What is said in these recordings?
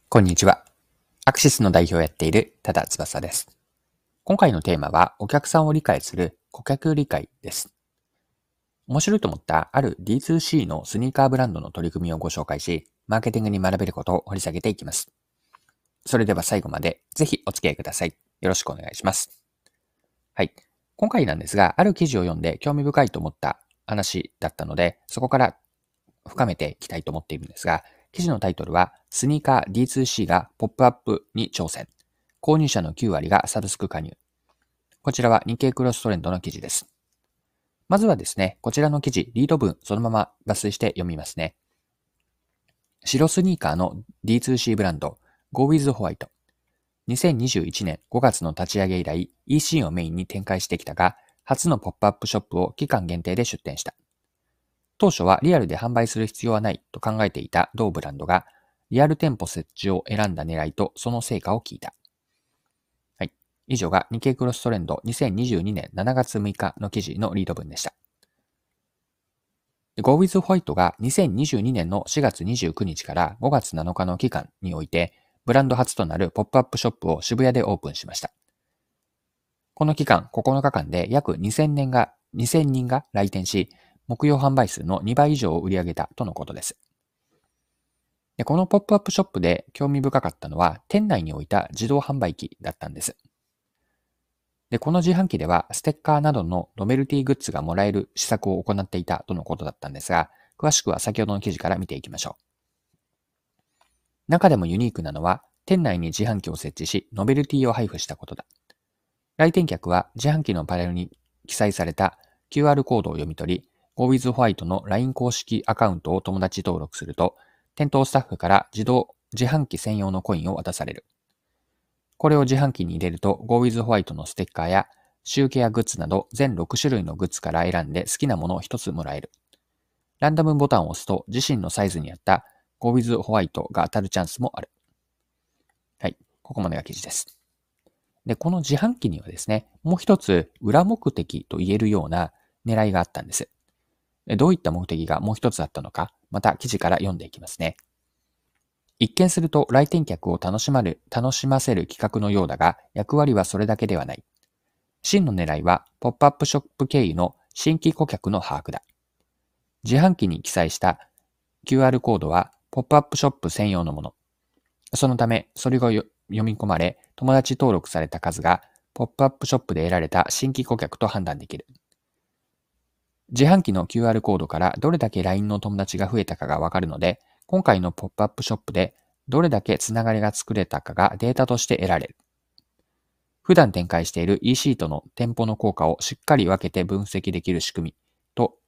こんにちは。アクシスの代表をやっている多田翼です。今回のテーマは、お客さんを理解する顧客理解です。面白いと思ったある D2C のスニーカーブランドの取り組みをご紹介し、マーケティングに学べることを掘り下げていきます。それでは最後までぜひお付き合いください。よろしくお願いします。はい。今回なんですが、ある記事を読んで興味深いと思った話だったので、そこから深めていきたいと思っているんですが、記事のタイトルは、スニーカー D2C がポップアップに挑戦。購入者の9割がサブスク加入。こちらは日経クロストレンドの記事です。まずはですね、こちらの記事、リード文、そのまま抜粋して読みますね。白スニーカーの D2C ブランド、Go with White。2021年5月の立ち上げ以来、EC をメインに展開してきたが、初のポップアップショップを期間限定で出店した。当初はリアルで販売する必要はないと考えていた同ブランドが、リアル店舗設置を選んだ狙いとその成果を聞いた。はい。以上が日経クロストレンド2022年7月6日の記事のリード文でした。Go with White が2022年の4月29日から5月7日の期間において、ブランド初となるポップアップショップを渋谷でオープンしました。この期間9日間で約2000人が来店し、目標販売数の2倍以上を売り上げたとのことです。でこのポップアップショップで興味深かったのは、店内に置いた自動販売機だったんです。で、この自販機では、ステッカーなどのノベルティグッズがもらえる施策を行っていたとのことだったんですが、詳しくは先ほどの記事から見ていきましょう。中でもユニークなのは、店内に自販機を設置し、ノベルティを配布したことだ。来店客は自販機のパネルに記載された QR コードを読み取り、GoWithWhite の LINE 公式アカウントを友達登録すると、店頭スタッフから自販機専用のコインを渡される。これを自販機に入れると GoWithWhite のステッカーやシューケアグッズなど全6種類のグッズから選んで好きなものを1つもらえる。ランダムボタンを押すと自身のサイズに合った GoWithWhite が当たるチャンスもある。はい、ここまでが記事です。で、この自販機にはですね、もう一つ裏目的と言えるような狙いがあったんです。どういった目的がもう一つあったのか、また記事から読んでいきますね。一見すると来店客を楽しませる企画のようだが、役割はそれだけではない。真の狙いは、ポップアップショップ経由の新規顧客の把握だ。自販機に記載した QR コードは、ポップアップショップ専用のもの。そのため、それが読み込まれ、友達登録された数が、ポップアップショップで得られた新規顧客と判断できる。自販機の QR コードからどれだけ LINE の友達が増えたかがわかるので、今回のポップアップショップでどれだけつながりが作れたかがデータとして得られる。普段展開している EC との店舗の効果をしっかり分けて分析できる仕組みと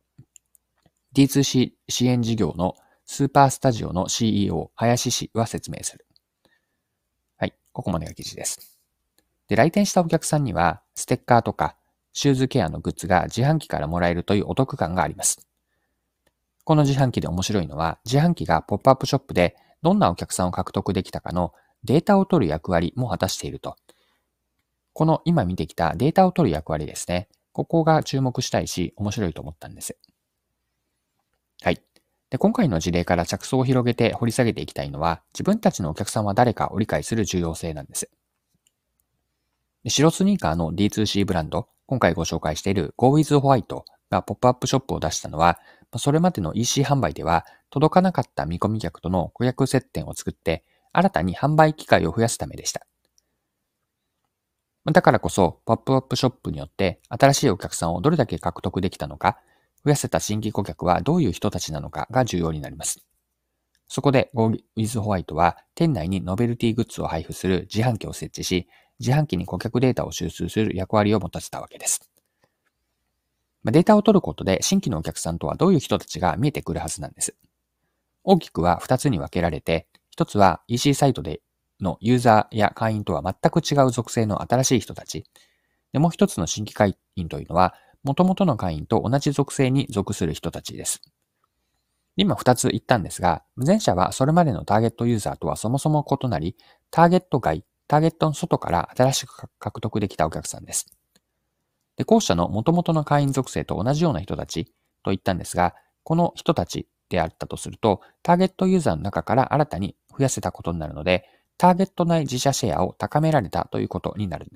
D2C 支援事業のスーパースタジオの CEO 林氏は説明する。はい、ここまでが記事です。で、来店したお客さんにはステッカーとかシューズケアのグッズが自販機からもらえるというお得感があります。この自販機で面白いのは、自販機がポップアップショップでどんなお客さんを獲得できたかのデータを取る役割も果たしていると。この今見てきたデータを取る役割ですね。ここが注目したいし、面白いと思ったんです。はい。で、今回の事例から着想を広げて掘り下げていきたいのは、自分たちのお客さんは誰かを理解する重要性なんです。で白スニーカーの D2C ブランド、今回ご紹介している Go with White がポップアップショップを出したのは、それまでの EC 販売では届かなかった見込み客との顧客接点を作って、新たに販売機会を増やすためでした。だからこそ、ポップアップショップによって新しいお客さんをどれだけ獲得できたのか、増やせた新規顧客はどういう人たちなのかが重要になります。そこで Go with White は店内にノベルティグッズを配布する自販機を設置し、自販機に顧客データを収集する役割を持たせたわけです。データを取ることで新規のお客さんとはどういう人たちが見えてくるはずなんです。大きくは2つに分けられて、1つは EC サイトでのユーザーや会員とは全く違う属性の新しい人たち。もう1つの新規会員というのは、元々の会員と同じ属性に属する人たちです。今2つ言ったんですが、前者はそれまでのターゲットユーザーとはそもそも異なり、ターゲットの外から新しく獲得できたお客さんです。で、後者の元々の会員属性と同じような人たちと言ったんですが、この人たちであったとすると、ターゲットユーザーの中から新たに増やせたことになるので、ターゲット内自社シェアを高められたということになるんです。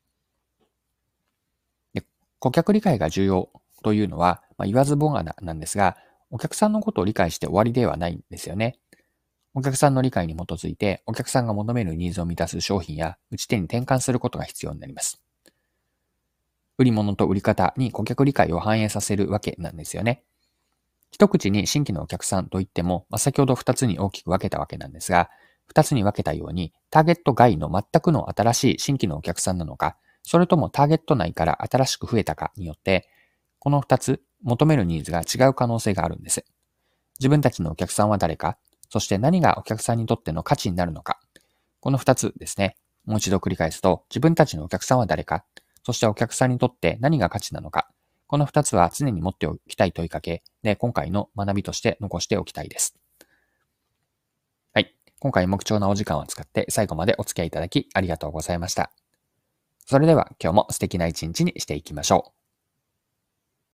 で、顧客理解が重要というのは、言わずもがななんですが、お客さんのことを理解して終わりではないんですよね。お客さんの理解に基づいて、お客さんが求めるニーズを満たす商品や打ち手に転換することが必要になります。売り物と売り方に顧客理解を反映させるわけなんですよね。一口に新規のお客さんといっても、先ほど2つに大きく分けたわけなんですが、2つに分けたように、ターゲット外の全くの新しい新規のお客さんなのか、それともターゲット内から新しく増えたかによって、この2つ、求めるニーズが違う可能性があるんです。自分たちのお客さんは誰か、そして何がお客さんにとっての価値になるのか。この2つですね。もう一度繰り返すと、自分たちのお客さんは誰か、そしてお客さんにとって何が価値なのか。この2つは常に持っておきたい問いかけで、今回の学びとして残しておきたいです。はい。今回も貴重なお時間を使って最後までお付き合いいただきありがとうございました。それでは今日も素敵な一日にしていきましょう。